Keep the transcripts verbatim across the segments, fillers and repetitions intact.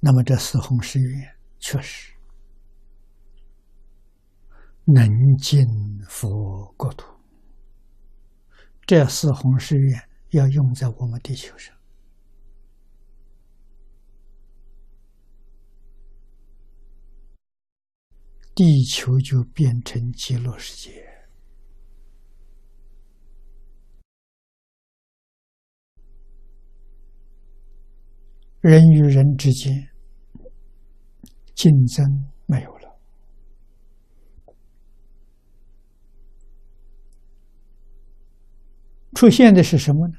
那么这四弘誓愿确实能进佛国土。这四弘誓愿要用在我们地球上，地球就变成极乐世界。人与人之间竞争没有了，出现的是什么呢？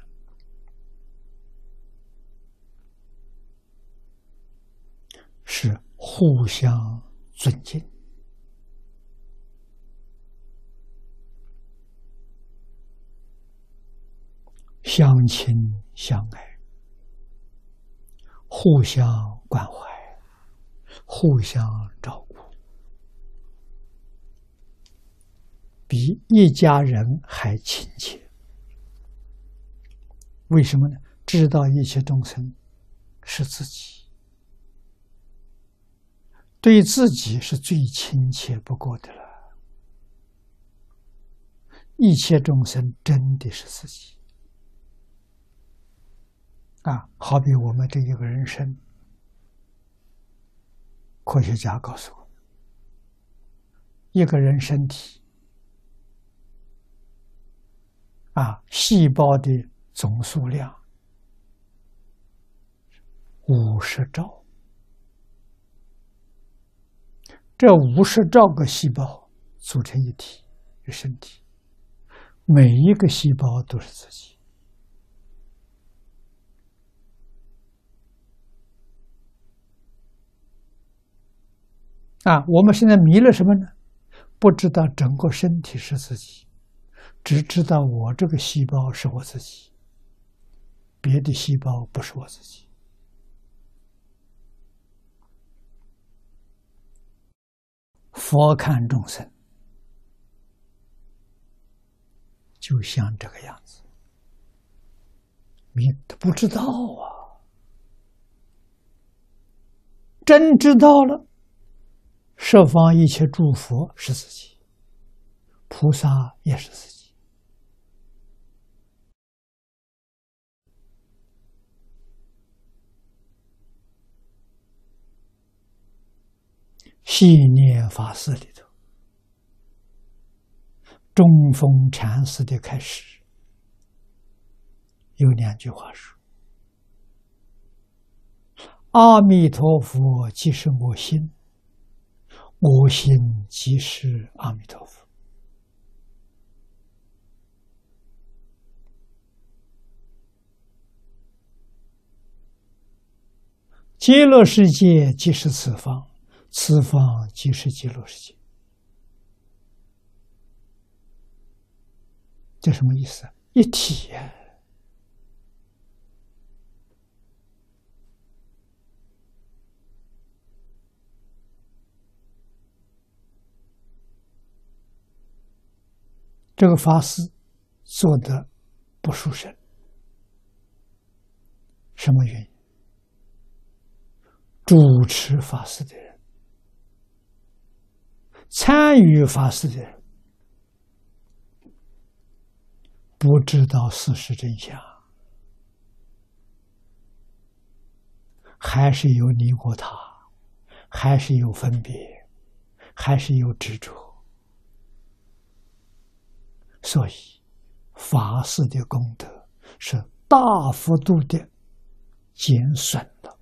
是互相尊敬，相亲相爱，互相关怀，互相照顾，比一家人还亲切。为什么呢？知道一切众生是自己，对自己是最亲切不过的了。一切众生真的是自己啊！好比我们这一个人生，科学家告诉我，一个人身体啊，细胞的总数量五十兆，这五十兆个细胞组成一体，是身体，每一个细胞都是自己。啊，我们现在迷了什么呢？不知道整个身体是自己，只知道我这个细胞是我自己，别的细胞不是我自己。佛看众生就像这个样子，你不知道啊，真知道了，十方一切诸佛是自己，菩萨也是自己。细念法师里头，中峰禅师的开始有两句话说：阿弥陀佛即是我心，我心即是阿弥陀佛。极乐世界即是此方，此方即是极乐世界。这什么意思？一体呀、啊！这个法师做的不殊胜，什么原因？主持法事的人，参与法事的人，不知道事实真相，还是有你我他，还是有分别，还是有执着。所以法事的功德是大幅度的减损了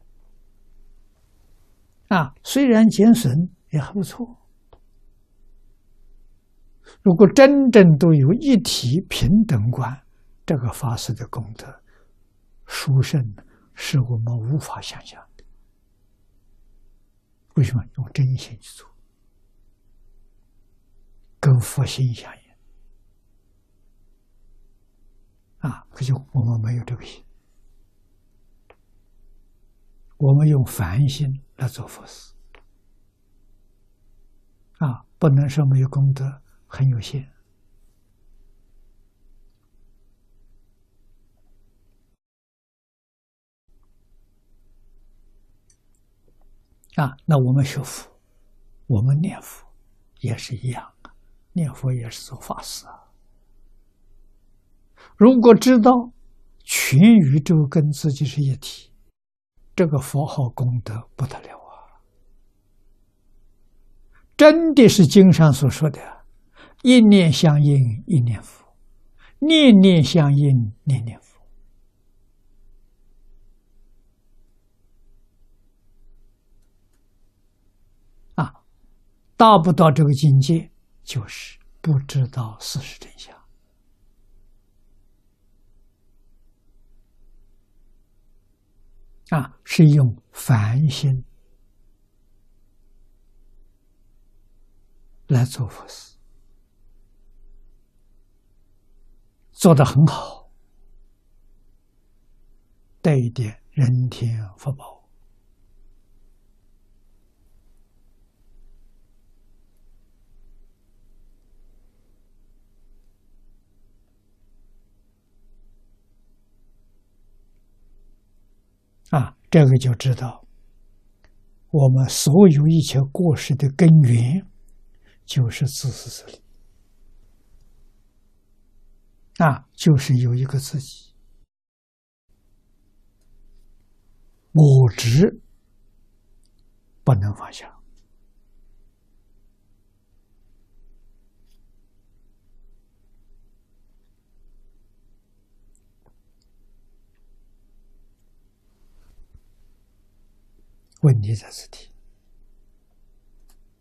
啊，虽然减损也还不错。如果真正都有一体平等观，这个法事的功德殊胜，是我们无法想象的。为什么？用真心去做，跟佛心相应啊！可是我们没有这个心，我们用凡心来做佛事啊，不能说没有功德，很有限。 啊，那我们学佛，我们念佛也是一样啊，念佛也是做法事啊。如果知道全宇宙跟自己是一体，这个佛号功德不得了啊！真的是经上所说的“一念相应一念佛，念念相应念念佛”。啊，达不到这个境界，就是不知道事实真相。啊，是用凡心来做佛事，做得很好，带一点人天福报。啊，这个就知道，我们所有一切过失的根源，就是自私自利。啊，就是有一个自己，我执不能放下。问题在此地。